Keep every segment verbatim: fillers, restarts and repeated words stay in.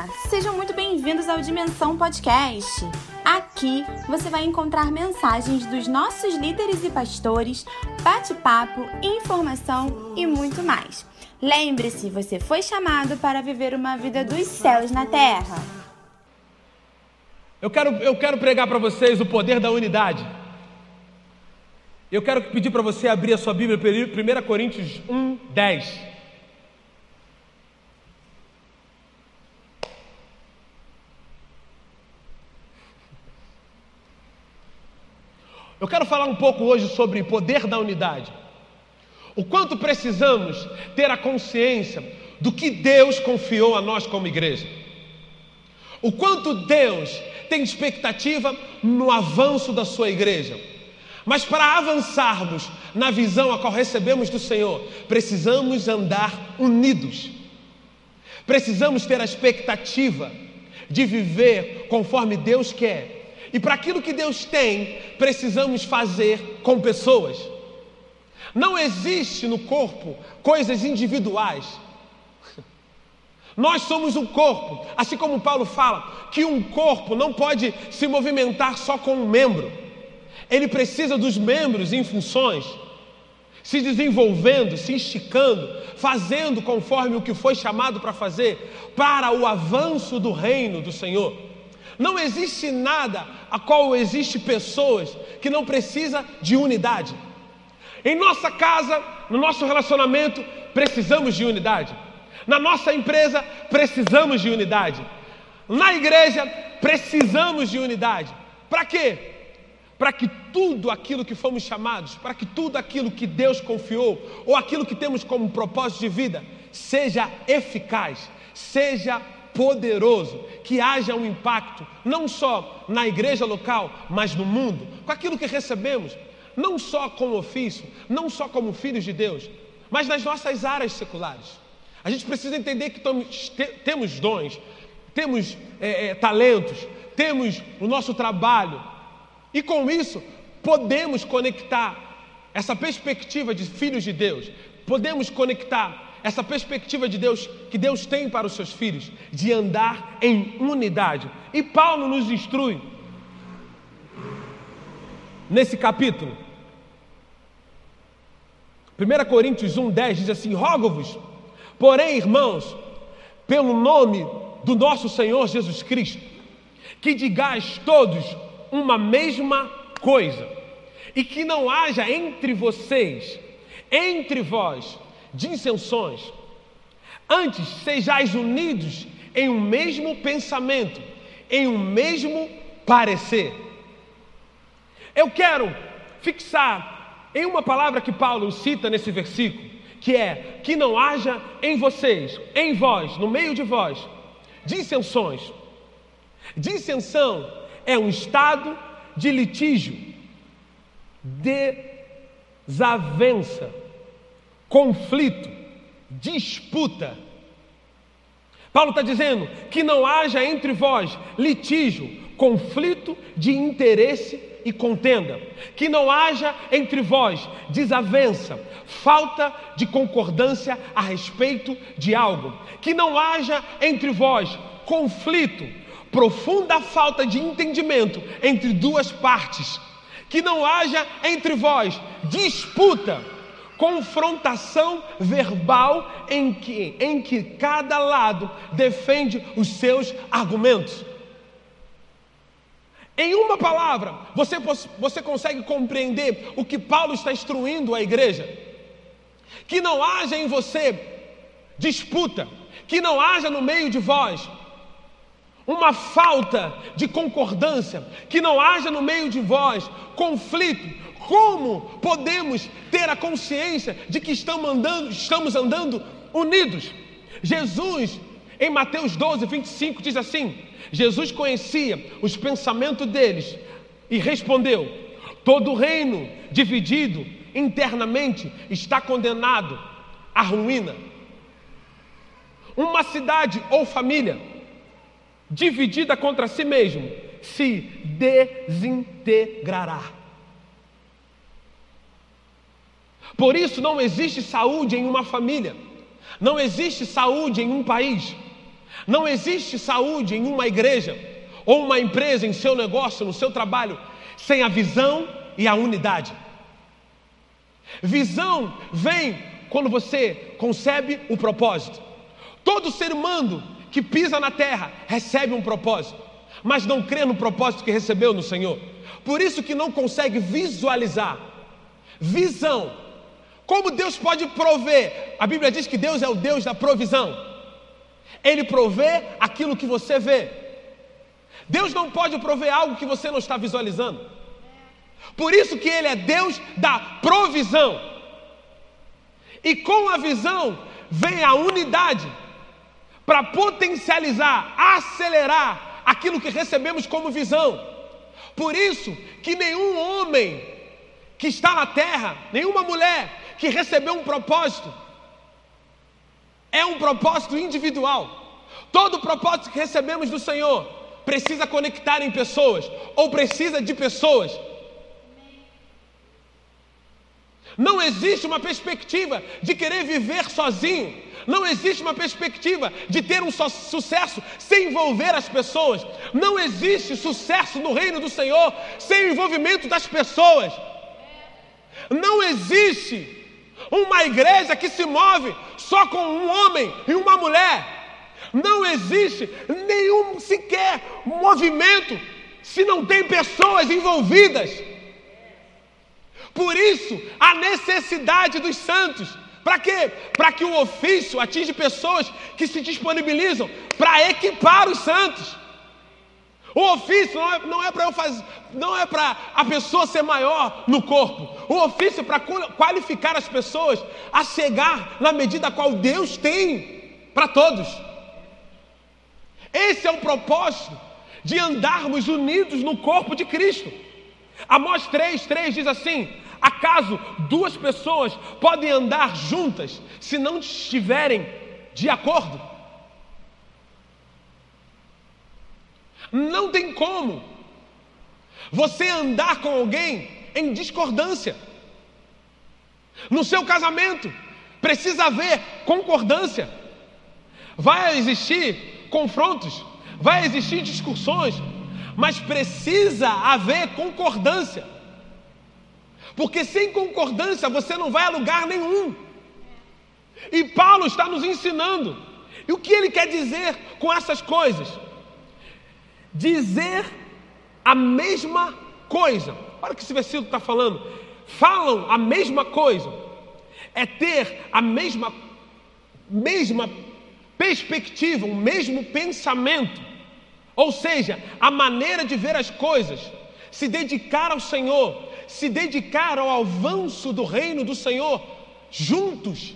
Olá, sejam muito bem-vindos ao Dimensão Podcast. Aqui você vai encontrar mensagens dos nossos líderes e pastores, bate-papo, informação e muito mais. Lembre-se, você foi chamado para viver uma vida dos céus na terra. Eu quero, eu quero pregar para vocês o poder da unidade. Eu quero pedir para você abrir a sua Bíblia, primeira Coríntios um, dez. Eu quero falar um pouco hoje sobre o poder da unidade. O quanto precisamos ter a consciência do que Deus confiou a nós como igreja. O quanto Deus tem expectativa no avanço da sua igreja. Mas para avançarmos na visão a qual recebemos do Senhor, precisamos andar unidos. Precisamos ter a expectativa de viver conforme Deus quer. E para aquilo que Deus tem, precisamos fazer com pessoas. Não existe no corpo coisas individuais. Nós somos um corpo, assim como Paulo fala, que um corpo não pode se movimentar só com um membro. Ele precisa dos membros em funções, se desenvolvendo, se esticando, fazendo conforme o que foi chamado para fazer, para o avanço do reino do Senhor. Não existe nada a qual existe pessoas que não precisa de unidade. Em nossa casa, no nosso relacionamento, precisamos de unidade. Na nossa empresa, precisamos de unidade. Na igreja, precisamos de unidade. Para quê? Para que tudo aquilo que fomos chamados, para que tudo aquilo que Deus confiou, ou aquilo que temos como propósito de vida, seja eficaz, seja poderoso, que haja um impacto, não só na igreja local, mas no mundo, com aquilo que recebemos, não só como ofício, não só como filhos de Deus, mas nas nossas áreas seculares. A gente precisa entender que temos, te, temos dons, temos é, é, talentos, temos o nosso trabalho, e com isso podemos conectar essa perspectiva de filhos de Deus, podemos conectar essa perspectiva de Deus, que Deus tem para os seus filhos, de andar em unidade. E Paulo nos instrui, nesse capítulo, primeira Coríntios um, dez, diz assim: rogo-vos, porém, irmãos, pelo nome do nosso Senhor Jesus Cristo, que digais todos uma mesma coisa, e que não haja entre vocês, entre vós, dissensões. Antes sejais unidos em um mesmo pensamento, em um mesmo parecer. Eu quero fixar em uma palavra que Paulo cita nesse versículo, que é que não haja em vocês, em vós, no meio de vós, dissensões. Dissensão é um estado de litígio, desavença, conflito, disputa. Paulo está dizendo que não haja entre vós litígio, conflito de interesse e contenda. Que não haja entre vós desavença, falta de concordância a respeito de algo. Que não haja entre vós conflito, profunda falta de entendimento entre duas partes. Que não haja entre vós disputa, confrontação verbal em que, em que cada lado defende os seus argumentos. Em uma palavra, você, você consegue compreender o que Paulo está instruindo a igreja? Que não haja em você disputa, que não haja no meio de vós uma falta de concordância, que não haja no meio de vós conflito. Como podemos ter a consciência de que estamos andando, estamos andando unidos? Jesus, em Mateus doze, vinte e cinco, diz assim: Jesus conhecia os pensamentos deles e respondeu: todo reino dividido internamente está condenado à ruína. Uma cidade ou família dividida contra si mesmo se desintegrará. Por isso não existe saúde em uma família, não existe saúde em um país, Não existe saúde em uma igreja ou uma empresa, em seu negócio, no seu trabalho, sem a visão e a unidade. Visão vem quando você concebe o propósito. Todo ser humano que pisa na terra recebe um propósito, mas não crê no propósito que recebeu no Senhor. Por isso que não consegue visualizar. Visão. Como Deus pode prover? A Bíblia diz que Deus é o Deus da provisão. Ele provê aquilo que você vê. Deus não pode prover algo que você não está visualizando. Por isso que Ele é Deus da provisão. E com a visão vem a unidade para potencializar, acelerar aquilo que recebemos como visão. Por isso que nenhum homem que está na terra, nenhuma mulher que recebeu um propósito, é um propósito individual. Todo propósito que recebemos do Senhor precisa conectar em pessoas, ou precisa de pessoas. Não existe uma perspectiva de querer viver sozinho. Não existe uma perspectiva de ter um so- sucesso sem envolver as pessoas. Não existe sucesso no reino do Senhor sem o envolvimento das pessoas. Não existe uma igreja que se move só com um homem e uma mulher. Não existe nenhum sequer movimento se não tem pessoas envolvidas. Por isso, a necessidade dos santos. Para quê? Para que o ofício atinja pessoas que se disponibilizam para equipar os santos. O ofício não é, não é para eu fazer, não é para a pessoa ser maior no corpo. O ofício é para qualificar as pessoas a chegar na medida a qual Deus tem para todos. Esse é o propósito de andarmos unidos no corpo de Cristo. Amós três, três diz assim: acaso duas pessoas podem andar juntas se não estiverem de acordo? Não tem como você andar com alguém em discordância. No seu casamento precisa haver concordância. Vai existir confrontos, vai existir discussões, mas precisa haver concordância. Porque sem concordância você não vai a lugar nenhum. E Paulo está nos ensinando. E o que ele quer dizer com essas coisas? Dizer a mesma coisa. Olha o que esse versículo está falando. Falam a mesma coisa. É ter a mesma, mesma perspectiva, o mesmo pensamento. Ou seja, a maneira de ver as coisas. Se dedicar ao Senhor. Se dedicar ao avanço do reino do Senhor. Juntos.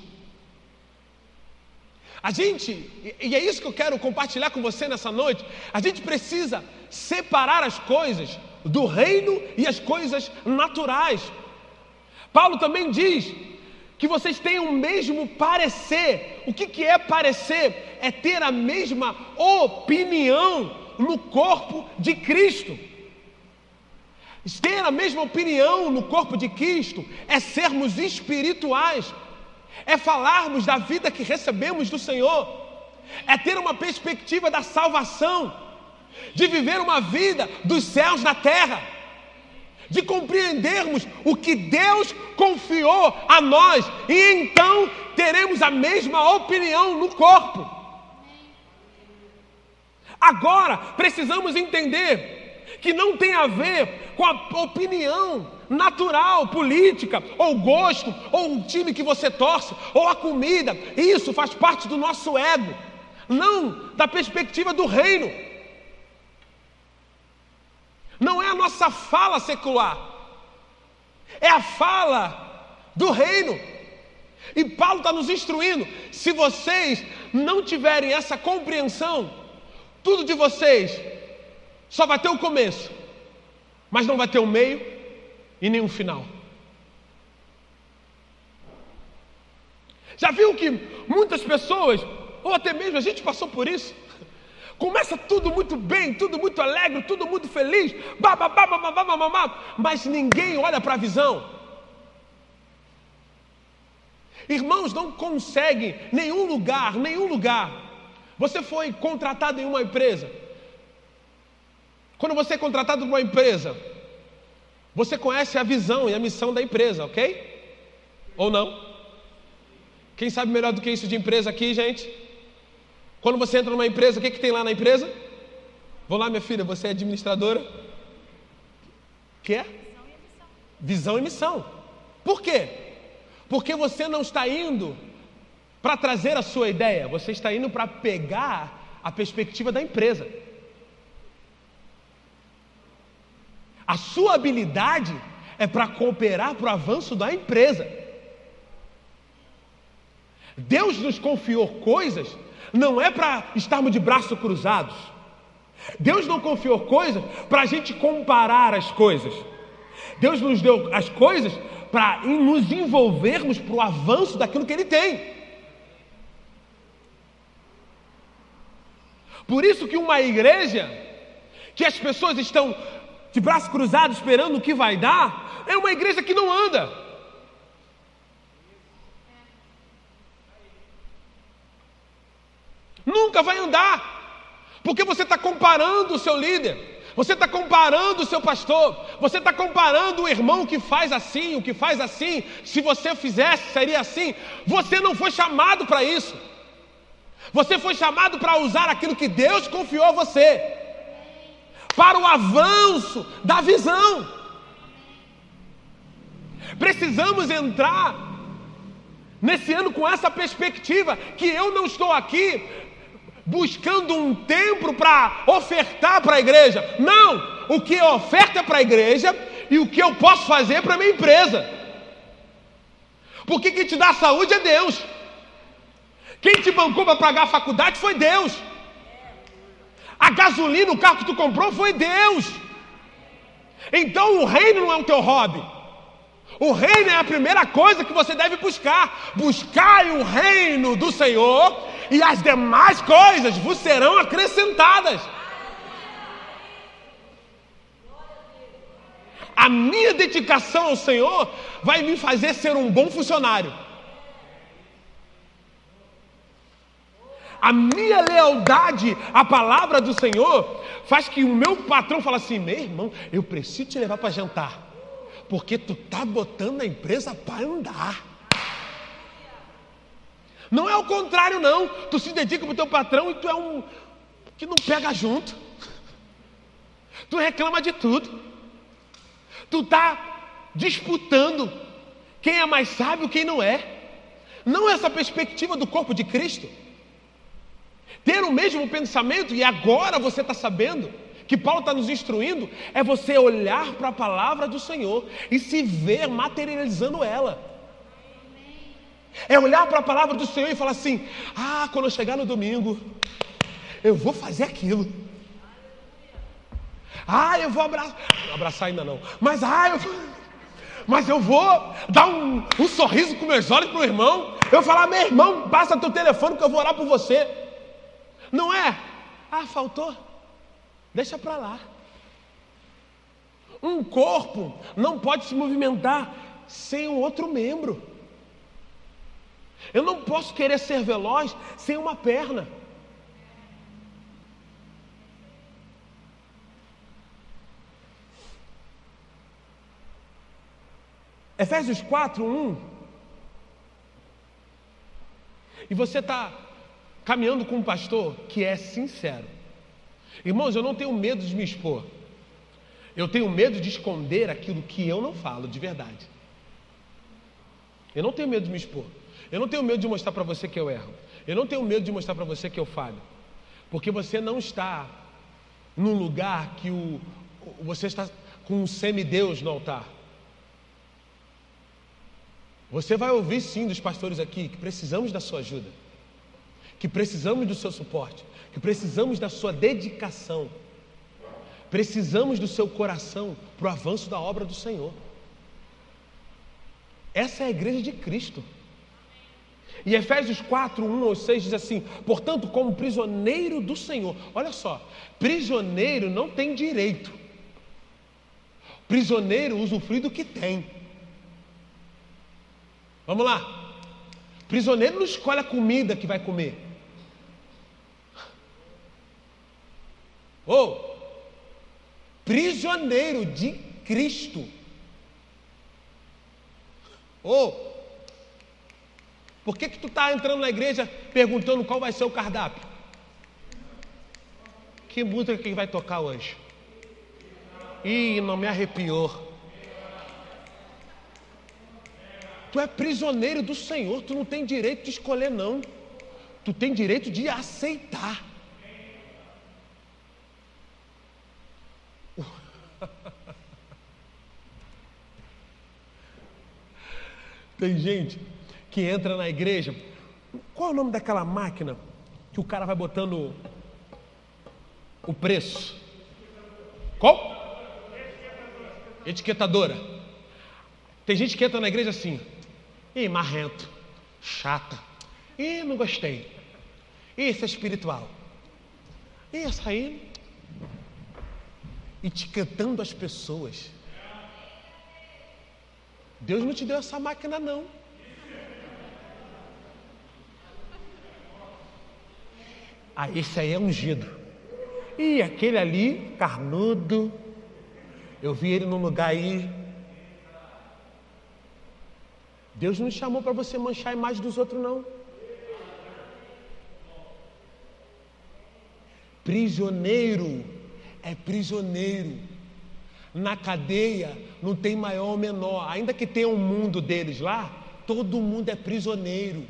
A gente, e é isso que eu quero compartilhar com você nessa noite, a gente precisa separar as coisas do reino e as coisas naturais. Paulo também diz que vocês têm o mesmo parecer. O que, que é parecer? É ter a mesma opinião no corpo de Cristo. Ter a mesma opinião no corpo de Cristo é sermos espirituais. É falarmos da vida que recebemos do Senhor. É ter uma perspectiva da salvação. De viver uma vida dos céus na terra. De compreendermos o que Deus confiou a nós. E então teremos a mesma opinião no corpo. Agora precisamos entender que não tem a ver com a opinião natural, política, ou gosto, ou o time que você torce, ou a comida. Isso faz parte do nosso ego, não da perspectiva do reino. Não é a nossa fala secular, é a fala do reino. E Paulo está nos instruindo: se vocês não tiverem essa compreensão, tudo de vocês só vai ter o começo, mas não vai ter o meio e nenhum final. Já viu que muitas pessoas, ou até mesmo a gente passou por isso, começa tudo muito bem, tudo muito alegre, tudo muito feliz, bababá, bababá, bababá, mas ninguém olha para a visão. Irmãos, não conseguem nenhum lugar, nenhum lugar Você foi contratado em uma empresa. Quando você é contratado em uma empresa, você conhece a visão e a missão da empresa, ok? Ou não? Quem sabe melhor do que isso de empresa aqui, gente? Quando você entra numa empresa, o que, que tem lá na empresa? Vou lá, minha filha, você é administradora? O que é? Visão e missão. Por quê? Porque você não está indo para trazer a sua ideia, você está indo para pegar a perspectiva da empresa. A sua habilidade é para cooperar para o avanço da empresa. Deus nos confiou coisas, não é para estarmos de braços cruzados. Deus não confiou coisas para a gente comparar as coisas. Deus nos deu as coisas para nos envolvermos para o avanço daquilo que Ele tem. Por isso que uma igreja, que as pessoas estão de braços cruzados esperando o que vai dar, é uma igreja que não anda. Nunca vai andar, porque você está comparando o seu líder, você está comparando o seu pastor, você está comparando o irmão que faz assim, o que faz assim. Se você fizesse, seria assim. Você não foi chamado para isso. Você foi chamado para usar aquilo que Deus confiou a você, para o avanço da visão. Precisamos entrar nesse ano com essa perspectiva, que eu não estou aqui buscando um templo para ofertar para a igreja. Não! O que é oferta para a igreja e o que eu posso fazer para a minha empresa. Porque quem te dá saúde é Deus. Quem te bancou para pagar a faculdade foi Deus. A gasolina, o carro que tu comprou foi Deus. Então o reino não é o teu hobby. O reino é a primeira coisa que você deve buscar. Buscai o reino do Senhor e as demais coisas vos serão acrescentadas. A minha dedicação ao Senhor vai me fazer ser um bom funcionário. A minha lealdade à palavra do Senhor faz que o meu patrão fale assim: meu irmão, eu preciso te levar para jantar, porque tu tá botando a empresa para andar. Não é o contrário, não. Tu se dedica para o teu patrão e tu é um que não pega junto. Tu reclama de tudo. Tu tá disputando quem é mais sábio, quem não é. Não é essa perspectiva do corpo de Cristo. Ter o mesmo pensamento, e agora você está sabendo que Paulo está nos instruindo, é você olhar para a palavra do Senhor e se ver materializando ela. É olhar para a palavra do Senhor e falar assim: ah, quando eu chegar no domingo, eu vou fazer aquilo. Ah, eu vou abraçar, não abraçar ainda não, mas ah, eu mas eu vou dar um, um sorriso com meus olhos para o irmão. Eu falar: meu irmão, passa teu telefone que eu vou orar por você. Não é? Ah, faltou? Deixa para lá. Um corpo não pode se movimentar sem um outro membro. Eu não posso querer ser veloz sem uma perna. Efésios quatro, um. E você está caminhando com um pastor que é sincero. Irmãos, eu não tenho medo de me expor. Eu tenho medo de esconder aquilo que eu não falo de verdade. Eu não tenho medo de me expor. Eu não tenho medo de mostrar para você que eu erro. Eu não tenho medo de mostrar para você que eu falho. Porque você não está num lugar que o, você está com um semideus no altar. Você vai ouvir sim dos pastores aqui que precisamos da sua ajuda, que precisamos do seu suporte, que precisamos da sua dedicação, precisamos do seu coração para o avanço da obra do Senhor. Essa é a igreja de Cristo. E Efésios quatro, um ao seis diz assim: portanto, como prisioneiro do Senhor. Olha só, prisioneiro não tem direito. Prisioneiro usufrui do que tem. Vamos lá. Prisioneiro não escolhe a comida que vai comer. Oh, prisioneiro de Cristo. Oh, por que que tu está entrando na igreja perguntando qual vai ser o cardápio? Que música que vai tocar hoje? Ih, não me arrepiou. Tu é prisioneiro do Senhor, tu não tem direito de escolher não. Tu tem direito de aceitar. Tem gente que entra na igreja. Qual é o nome daquela máquina que o cara vai botando o preço? Qual? Etiquetadora. Tem gente que entra na igreja assim. Ih, marrento, chata. Ih, não gostei. Ih, isso é espiritual. Ih, essa aí. Etiquetando as pessoas. Deus não te deu essa máquina, não. Ah, esse aí é ungido. Ih, aquele ali, carnudo. Eu vi ele num lugar aí. Deus não chamou para você manchar a imagem dos outros, não. Prisioneiro é prisioneiro. Na cadeia não tem maior ou menor. Ainda que tenha um mundo deles lá, todo mundo é prisioneiro.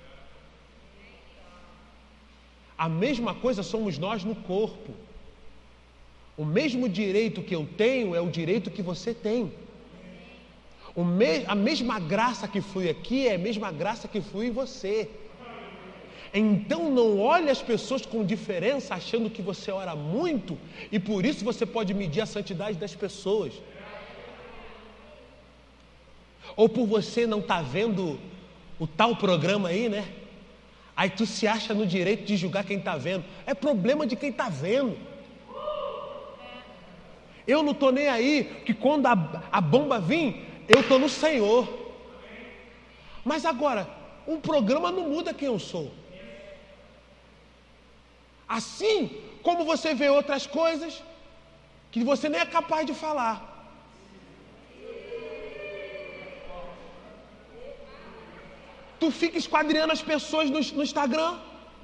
A mesma coisa somos nós no corpo. O mesmo direito que eu tenho é o direito que você tem. O me... A mesma graça que flui aqui é a mesma graça que flui em você. Então não olhe as pessoas com diferença achando que você ora muito e por isso você pode medir a santidade das pessoas. Ou por você não estar vendo o tal programa aí, né? Aí tu se acha no direito de julgar quem está vendo. É problema de quem está vendo. Eu não estou nem aí, que quando a, a bomba vir, eu estou no Senhor. Mas agora, um programa não muda quem eu sou. Assim como você vê outras coisas que você nem é capaz de falar. Tu fica esquadrinhando as pessoas no, no Instagram.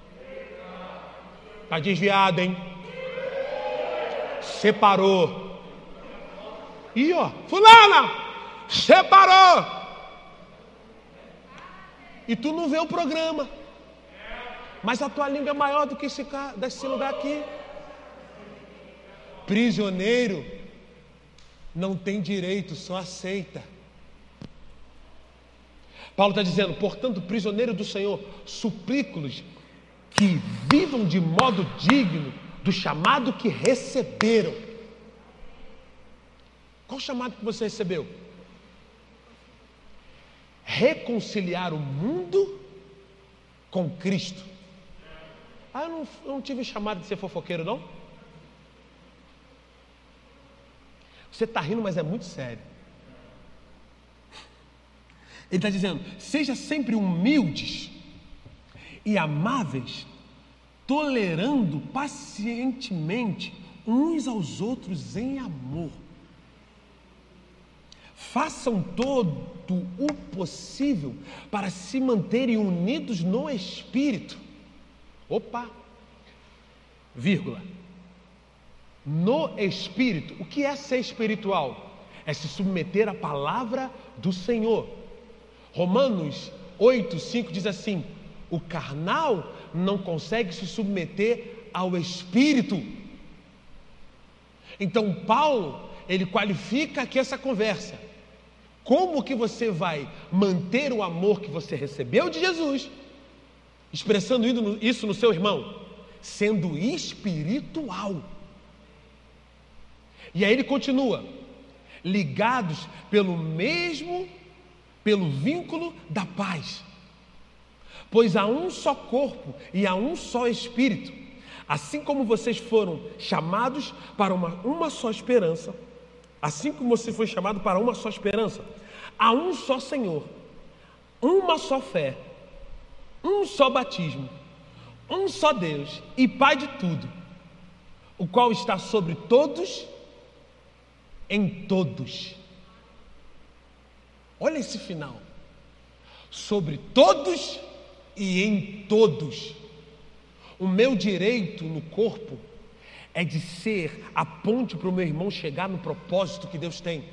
Tá desviado, hein? Separou. Ih, ó, fulana, separou. E tu não vê o programa. Mas a tua língua é maior do que esse, desse lugar aqui. Prisioneiro não tem direito, só aceita. Paulo está dizendo, portanto, prisioneiro do Senhor, suplico-lhes que vivam de modo digno do chamado que receberam. Qual o chamado que você recebeu? Reconciliar o mundo com Cristo. Ah, eu não, eu não tive chamado de ser fofoqueiro, não? Você está rindo, mas é muito sério. Ele está dizendo, seja sempre humildes e amáveis, tolerando pacientemente uns aos outros em amor. Façam todo o possível para se manterem unidos no Espírito. Opa, vírgula. No Espírito. O que é ser espiritual? É se submeter à palavra do Senhor. Romanos oito, cinco diz assim, o carnal não consegue se submeter ao Espírito. Então Paulo, ele qualifica aqui essa conversa. Como que você vai manter o amor que você recebeu de Jesus, expressando isso no seu irmão? Sendo espiritual. E aí ele continua, ligados pelo mesmo, pelo vínculo da paz. Pois há um só corpo e há um só Espírito, assim como vocês foram chamados para uma, uma só esperança, assim como você foi chamado para uma só esperança, há um só Senhor, uma só fé, um só batismo, um só Deus e Pai de tudo, o qual está sobre todos, em todos. Olha esse final. Sobre todos e em todos. O meu direito no corpo é de ser a ponte para o meu irmão chegar no propósito que Deus tem.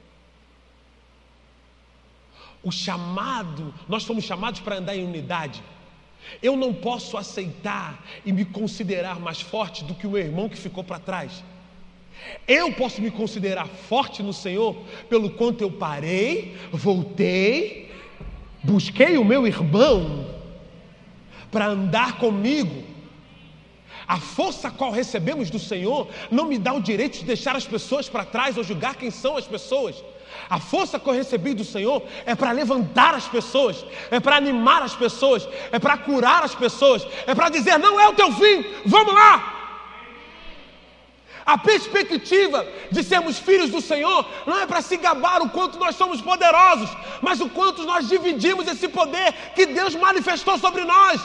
O chamado, nós somos chamados para andar em unidade. Eu não posso aceitar e me considerar mais forte do que o meu irmão que ficou para trás. Eu posso me considerar forte no Senhor pelo quanto eu parei, voltei, busquei o meu irmão para andar comigo. A força a qual recebemos do Senhor não me dá o direito de deixar as pessoas para trás ou julgar quem são as pessoas. A força que eu recebi do Senhor é para levantar as pessoas, é para animar as pessoas, é para curar as pessoas, é para dizer: não é o teu fim, vamos lá! A perspectiva de sermos filhos do Senhor não é para se gabar o quanto nós somos poderosos, mas o quanto nós dividimos esse poder que Deus manifestou sobre nós.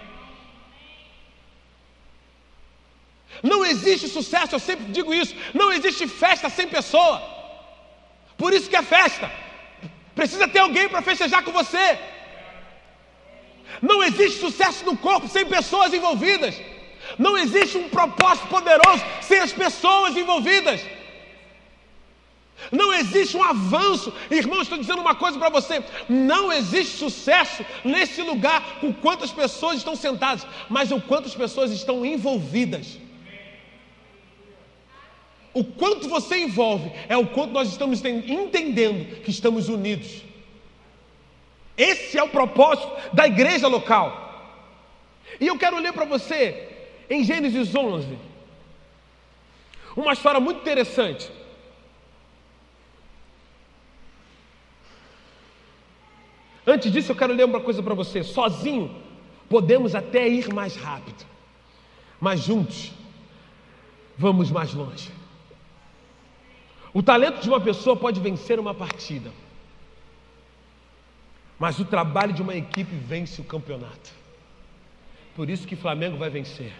Não existe sucesso, eu sempre digo isso, não existe festa sem pessoa. Por isso que é festa. Precisa ter alguém para festejar com você. Não existe sucesso no corpo sem pessoas envolvidas. Não existe um propósito poderoso sem as pessoas envolvidas. Não existe um avanço. Irmão, estou dizendo uma coisa para você: não existe sucesso nesse lugar com quantas pessoas estão sentadas, mas o quantas pessoas estão envolvidas. O quanto você envolve é o quanto nós estamos entendendo que estamos unidos. Esse é o propósito da igreja local. E eu quero ler para você em Gênesis onze uma história muito interessante. Antes disso, eu quero ler uma coisa para você. Sozinho podemos até ir mais rápido, mas juntos vamos mais longe. O talento de uma pessoa pode vencer uma partida, mas o trabalho de uma equipe vence o campeonato. Por isso que o Flamengo vai vencer.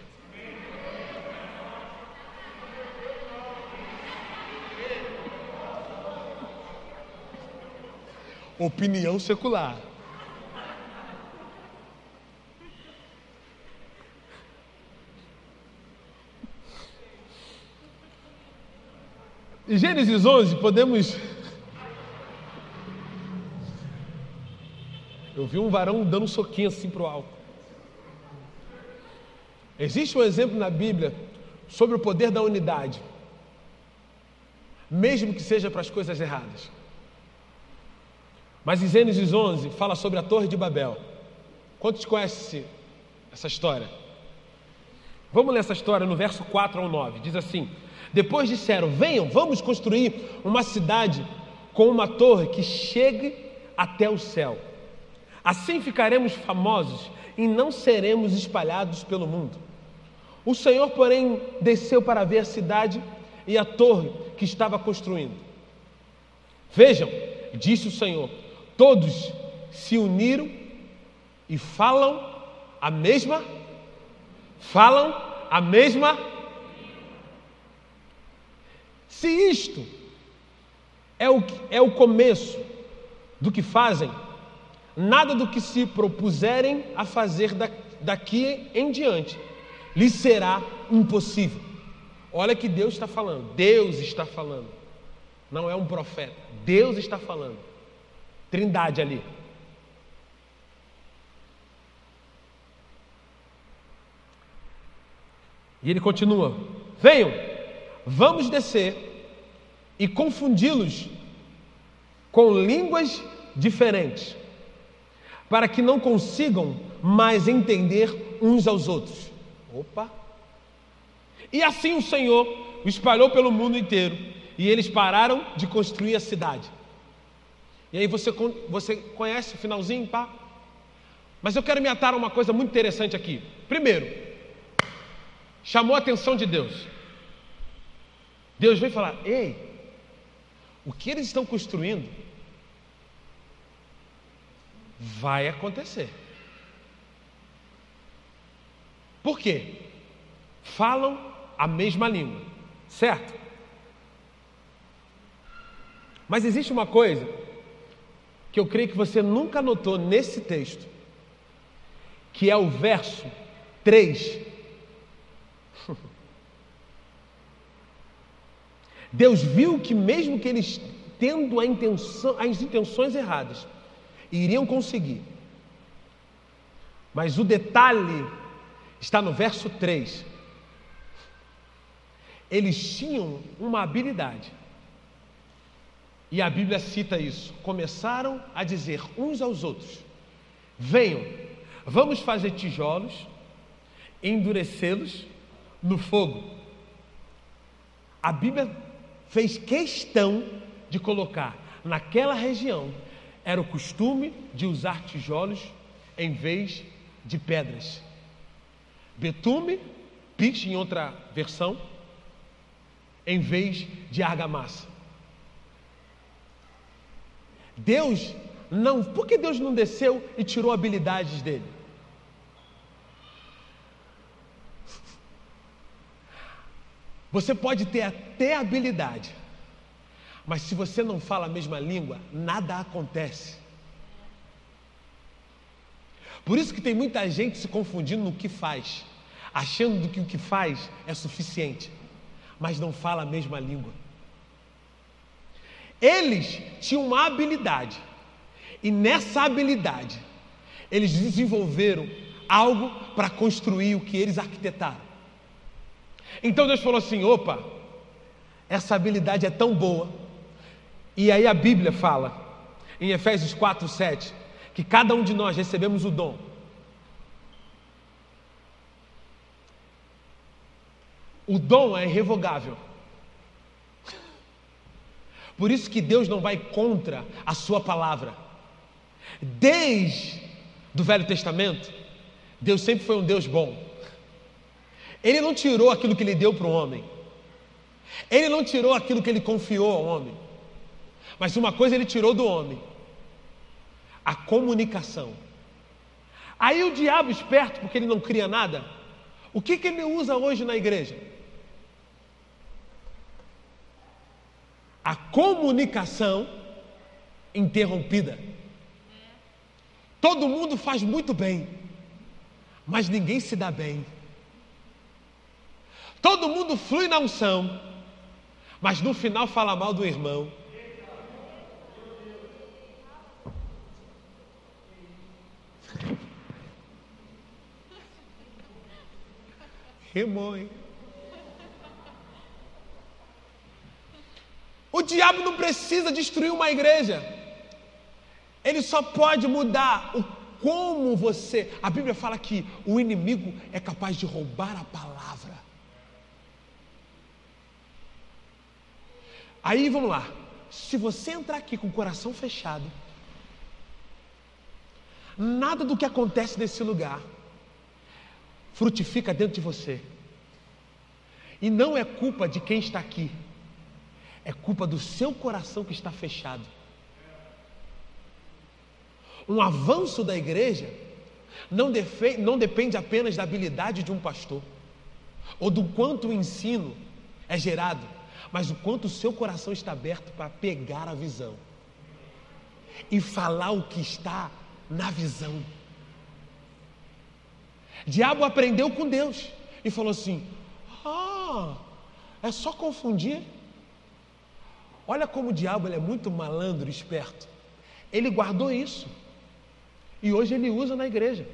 Opinião secular. Em Gênesis onze, podemos... Eu vi um varão dando um soquinho assim para o alto. Existe um exemplo na Bíblia sobre o poder da unidade, mesmo que seja para as coisas erradas. Mas em Gênesis onze fala sobre a Torre de Babel. Quantos conhecem essa história? Vamos ler essa história no verso quatro ao nove. Diz assim: depois disseram: venham, vamos construir uma cidade com uma torre que chegue até o céu. Assim ficaremos famosos e não seremos espalhados pelo mundo. O Senhor, porém, desceu para ver a cidade e a torre que estava construindo. Vejam, disse o Senhor, todos se uniram e falam a mesma, falam a mesma. Se isto é o, é o começo do que fazem, nada do que se propuserem a fazer daqui em diante lhes será impossível. Olha que Deus está falando, Deus está falando, não é um profeta, Deus está falando, Trindade ali. E ele continua: venham, vamos descer e confundi-los com línguas diferentes, para que não consigam mais entender uns aos outros. Opa! E assim o Senhor o espalhou pelo mundo inteiro, e eles pararam de construir a cidade. E aí você, você conhece o finalzinho, pá? Mas eu quero me atar a uma coisa muito interessante aqui. Primeiro, chamou a atenção de Deus. Deus veio falar: ei, o que eles estão construindo vai acontecer. Por quê? Falam a mesma língua, certo? Mas existe uma coisa que eu creio que você nunca notou nesse texto, que é o verso três. Deus viu que mesmo que eles, tendo a intenção, as intenções erradas, iriam conseguir. Mas o detalhe está no verso três. Eles tinham uma habilidade. E a Bíblia cita isso. Começaram a dizer uns aos outros: venham, vamos fazer tijolos, endurecê-los no fogo. A Bíblia fez questão de colocar naquela região, era o costume de usar tijolos em vez de pedras. Betume, pitch em outra versão, em vez de argamassa. Deus não, por que Deus não desceu e tirou habilidades dele? Você pode ter até habilidade, mas se você não fala a mesma língua, nada acontece. Por isso que tem muita gente se confundindo no que faz, achando que o que faz é suficiente, mas não fala a mesma língua. Eles tinham uma habilidade, e nessa habilidade, eles desenvolveram algo para construir o que eles arquitetaram. Então Deus falou assim: opa, essa habilidade é tão boa. E aí a Bíblia fala, em Efésios quatro, sete, que cada um de nós recebemos o dom. O dom é irrevogável. Por isso que Deus não vai contra a sua palavra. Desde o Velho Testamento, Deus sempre foi um Deus bom. Ele não tirou aquilo que ele deu para o homem. Ele não tirou aquilo que ele confiou ao homem. Mas uma coisa ele tirou do homem: a comunicação. Aí o diabo, esperto, porque ele não cria nada, o que, que ele usa hoje na igreja? A comunicação interrompida. Todo mundo faz muito bem, mas ninguém se dá bem. Todo mundo flui na unção, mas no final fala mal do irmão. Remoi. O diabo não precisa destruir uma igreja. Ele só pode mudar o como você... A Bíblia fala que o inimigo é capaz de roubar a palavra. Aí vamos lá. Se você entrar aqui com o coração fechado, nada do que acontece nesse lugar frutifica dentro de você. E não é culpa de quem está aqui, é culpa do seu coração que está fechado. Um avanço da igreja não, defe- não depende apenas da habilidade de um pastor, ou do quanto o ensino é gerado, mas o quanto o seu coração está aberto para pegar a visão e falar o que está na visão. Diabo aprendeu com Deus e falou assim: ah, é só confundir. Olha como o diabo ele é muito malandro e esperto. Ele guardou isso e hoje ele usa na igreja.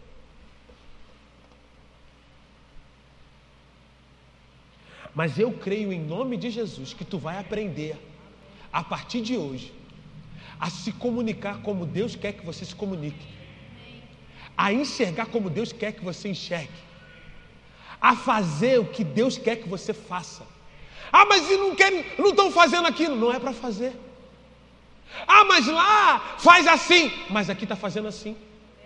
Mas eu creio em nome de Jesus que tu vai aprender a partir de hoje a se comunicar como Deus quer que você se comunique, a enxergar como Deus quer que você enxergue, a fazer o que Deus quer que você faça. Ah, mas e não querem, não estão fazendo aquilo. Não é para fazer. Ah, mas lá faz assim, mas aqui está fazendo assim.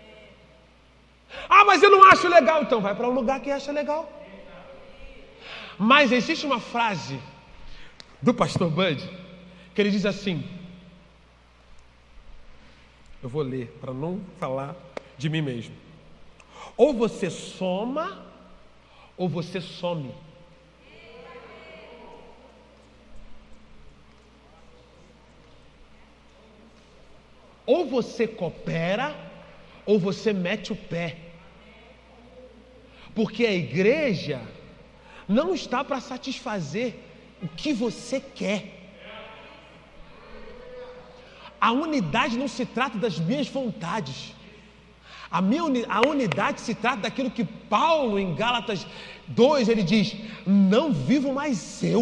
Ah, mas eu não acho legal. Então vai para um lugar que acha legal. Mas existe uma frase do pastor Bud que ele diz assim, eu vou ler para não falar de mim mesmo: ou você soma ou você some. Ou você coopera, ou você mete o pé. Porque a igreja não está para satisfazer o que você quer. A unidade não se trata das minhas vontades. A, minha uni, a unidade se trata daquilo que Paulo, em Gálatas dois, ele diz: não vivo mais eu.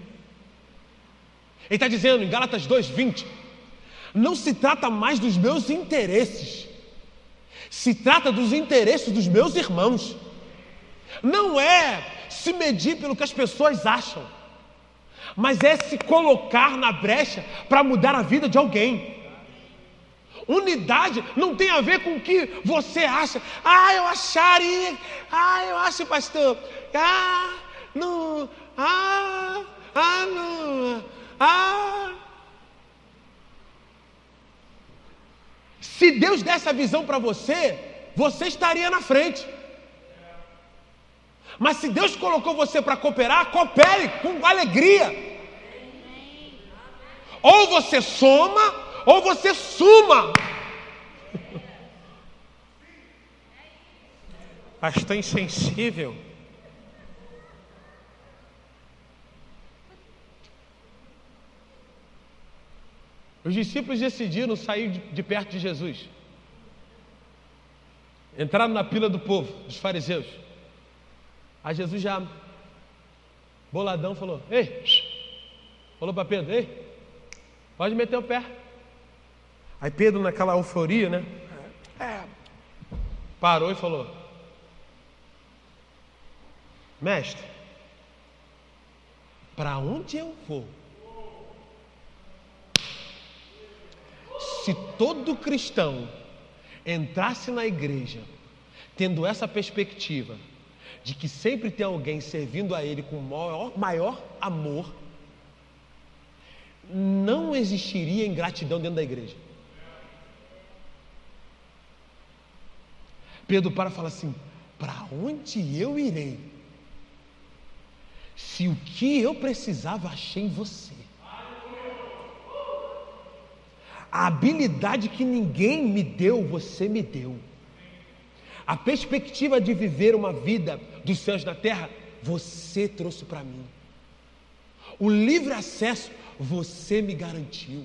Ele está dizendo em Gálatas dois, vinte, não se trata mais dos meus interesses, se trata dos interesses dos meus irmãos. Não é se medir pelo que as pessoas acham, mas é se colocar na brecha para mudar a vida de alguém. Unidade não tem a ver com o que você acha. Ah, eu acharia. Ah, eu acho, pastor. Ah, não. Ah, ah, não. Ah. Se Deus desse a visão para você, você estaria na frente. Mas se Deus colocou você para cooperar, coopere com alegria. Ou você soma, ou você suma. Pastor insensível. Os discípulos decidiram sair de, de perto de Jesus. Entraram na pila do povo, dos fariseus. Aí Jesus já, boladão, falou: ei, falou para Pedro: ei, pode meter o pé. Aí Pedro, naquela euforia, né, é, parou e falou: mestre, para onde eu vou? Se todo cristão entrasse na igreja tendo essa perspectiva de que sempre tem alguém servindo a ele com maior, maior amor, não existiria ingratidão dentro da igreja. Pedro para e fala assim: para onde eu irei, se o que eu precisava achei em você? A habilidade que ninguém me deu, você me deu. A perspectiva de viver uma vida dos céus na terra, você trouxe para mim. O livre acesso, você me garantiu.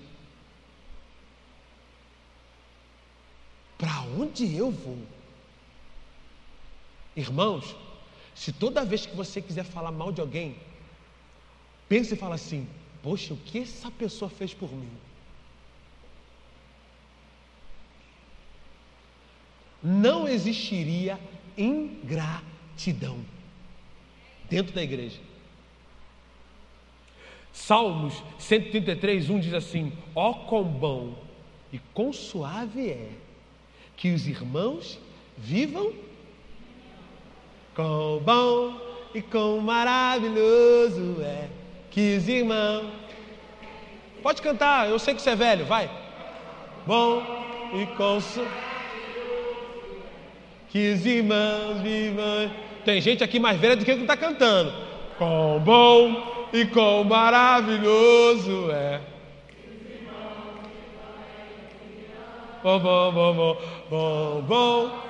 Para onde eu vou? Irmãos, se toda vez que você quiser falar mal de alguém, pense e fala assim: poxa, o que essa pessoa fez por mim? Não existiria ingratidão dentro da igreja. Salmos cento e trinta e três, um diz assim: ó quão bom e quão suave é que os irmãos vivam. Quão bom e quão maravilhoso é que os irmãos... Pode cantar, eu sei que você é velho, vai. Bom e quão suave que os irmãos vivam. Tem gente aqui mais velha do que está cantando. Quão bom e quão maravilhoso é. Bom, bom, bom, bom, bom, bom.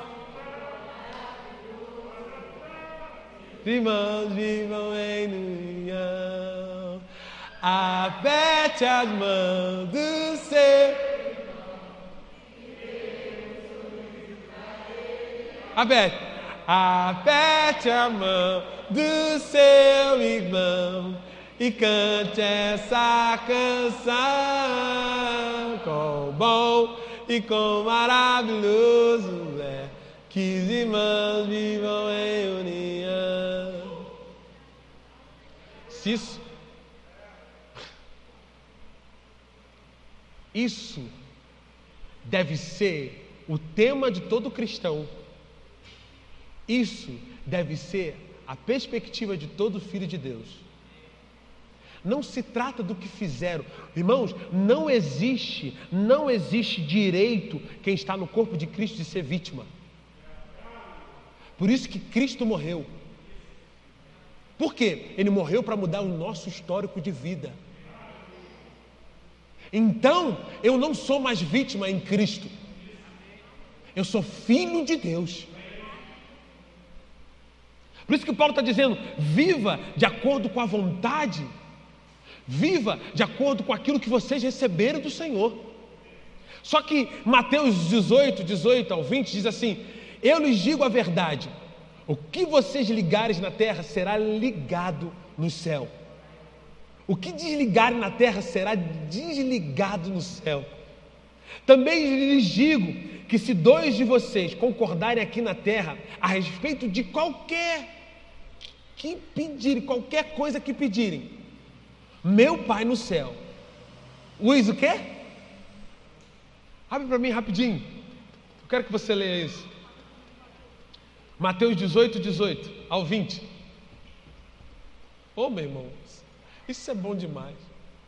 Os irmãos vivam em união. Aperte as mãos do seu. Aperte, aperte a mão do seu irmão e cante essa canção. Quão bom e quão maravilhoso é que os irmãos vivam em união. Se isso, isso deve ser o tema de todo cristão. Isso deve ser a perspectiva de todo filho de Deus. Não se trata do que fizeram. Irmãos, não existe, não existe direito quem está no corpo de Cristo de ser vítima. Por isso que Cristo morreu. Por quê? Ele morreu para mudar o nosso histórico de vida. Então, eu não sou mais vítima em Cristo. Eu sou filho de Deus. Por isso que Paulo está dizendo, viva de acordo com a vontade, viva de acordo com aquilo que vocês receberam do Senhor. Só que Mateus dezoito, dezoito ao vinte diz assim, eu lhes digo a verdade, o que vocês ligarem na terra será ligado no céu. O que desligarem na terra será desligado no céu. Também lhes digo que se dois de vocês concordarem aqui na terra a respeito de qualquer que pedirem, qualquer coisa que pedirem, meu Pai no céu, os o quê? Abre para mim rapidinho. Eu quero que você leia isso. Mateus dezoito, dezoito ao vinte. Ô, meu irmão, isso é bom demais.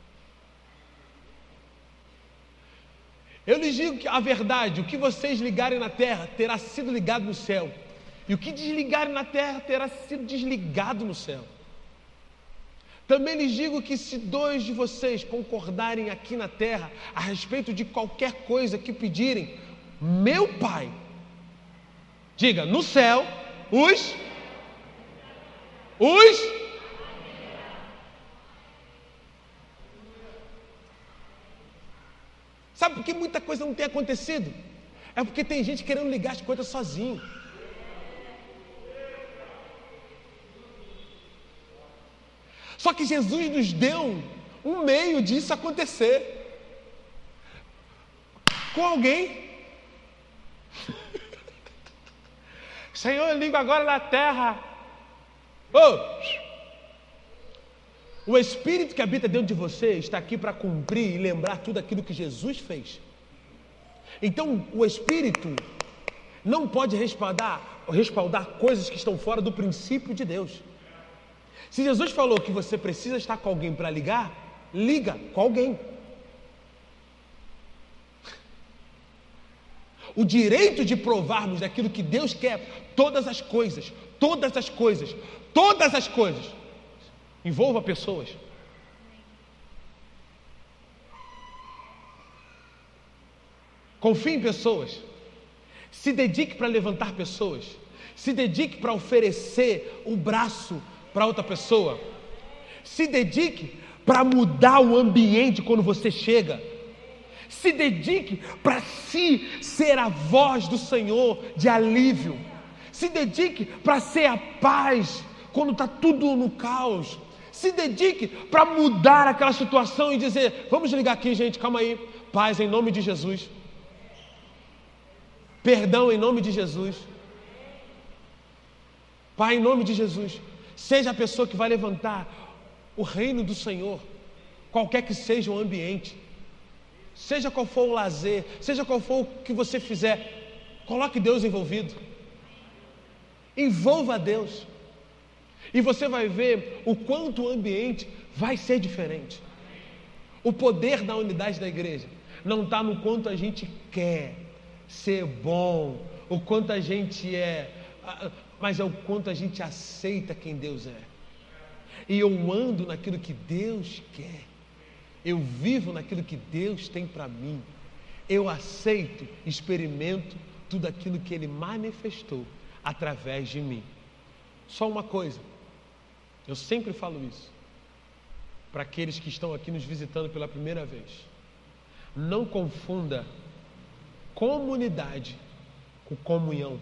Eu lhes digo que a verdade, o que vocês ligarem na terra terá sido ligado no céu, e o que desligarem na terra terá sido desligado no céu. Também lhes digo que se dois de vocês concordarem aqui na terra a respeito de qualquer coisa que pedirem, meu Pai, diga, no céu, os, os, sabe por que muita coisa não tem acontecido? É porque tem gente querendo ligar as coisas sozinho. Só que Jesus nos deu um meio disso acontecer. Com alguém. Senhor, eu ligo agora na terra. Oh! O Espírito que habita dentro de você está aqui para cumprir e lembrar tudo aquilo que Jesus fez. Então, o Espírito não pode respaldar, respaldar coisas que estão fora do princípio de Deus. Se Jesus falou que você precisa estar com alguém para ligar, liga com alguém. O direito de provarmos daquilo que Deus quer, todas as coisas, todas as coisas, todas as coisas, envolva pessoas. Confie em pessoas. Se dedique para levantar pessoas. Se dedique para oferecer o braço para outra pessoa. Se dedique para mudar o ambiente quando você chega. Se dedique para si ser a voz do Senhor de alívio. Se dedique para ser a paz quando está tudo no caos. Se dedique para mudar aquela situação e dizer, vamos ligar aqui, gente, calma aí. Paz em nome de Jesus. Perdão em nome de Jesus. Pai, em nome de Jesus. Seja a pessoa que vai levantar o reino do Senhor, qualquer que seja o ambiente, seja qual for o lazer, seja qual for o que você fizer, coloque Deus envolvido, envolva Deus, e você vai ver o quanto o ambiente vai ser diferente. O poder da unidade da igreja não está no quanto a gente quer ser bom, o quanto a gente é, mas é o quanto a gente aceita quem Deus é. E eu ando naquilo que Deus quer. Eu vivo naquilo que Deus tem para mim. Eu aceito, experimento tudo aquilo que Ele manifestou através de mim. Só uma coisa, eu sempre falo isso para aqueles que estão aqui nos visitando pela primeira vez. Não confunda comunidade com comunhão.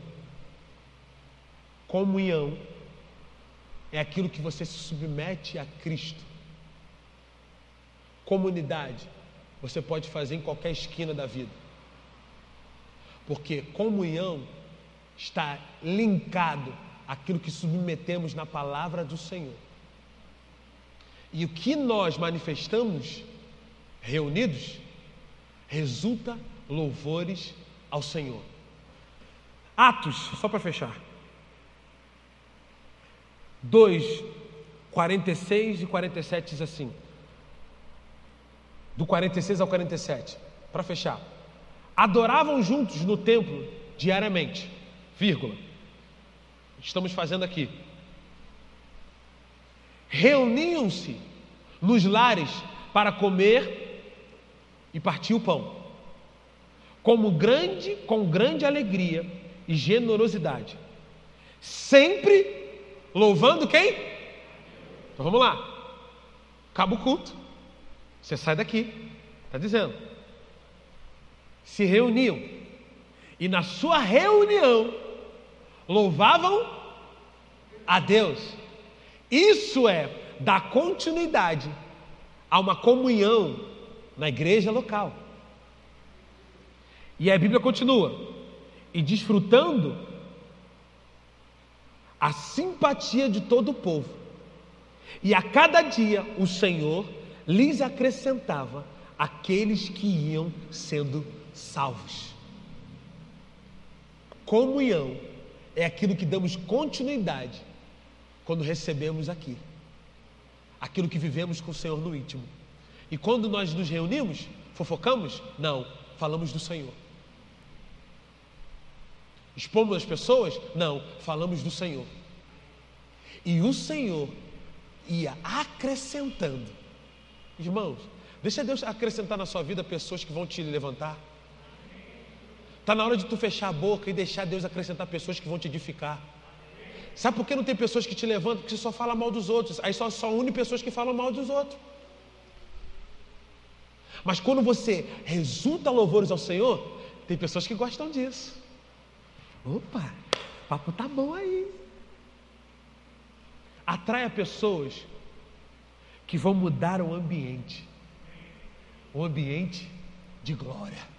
Comunhão é aquilo que você se submete a Cristo. Comunidade você pode fazer em qualquer esquina da vida, porque comunhão está linkado àquilo que submetemos na palavra do Senhor. E o que nós manifestamos reunidos resulta louvores ao Senhor. Atos, só para fechar, dois, quarenta e seis e quarenta e sete diz assim, do quarenta e seis ao quarenta e sete, para fechar, adoravam juntos no templo diariamente, vírgula, estamos fazendo aqui, reuniam-se nos lares para comer e partiu o pão, como grande, com grande alegria e generosidade, sempre louvando quem? Então vamos lá. Acaba o culto, você sai daqui, está dizendo, se reuniam e na sua reunião louvavam a Deus. Isso é dar continuidade a uma comunhão na igreja local. E a Bíblia continua, e desfrutando a simpatia de todo o povo, e a cada dia o Senhor lhes acrescentava aqueles que iam sendo salvos. Comunhão é aquilo que damos continuidade quando recebemos aqui, aquilo que vivemos com o Senhor no íntimo. E quando nós nos reunimos, fofocamos? Não, falamos do Senhor. Expomos as pessoas? Não, falamos do Senhor. E o Senhor ia acrescentando. Irmãos, deixa Deus acrescentar na sua vida pessoas que vão te levantar. Está na hora de tu fechar a boca e deixar Deus acrescentar pessoas que vão te edificar. Sabe por que não tem pessoas que te levantam? Porque você só fala mal dos outros. Aí só, só une pessoas que falam mal dos outros. Mas quando você resulta louvores ao Senhor, tem pessoas que gostam disso. Opa, o papo tá bom aí. Atraia pessoas que vão mudar o ambiente. Um ambiente de glória.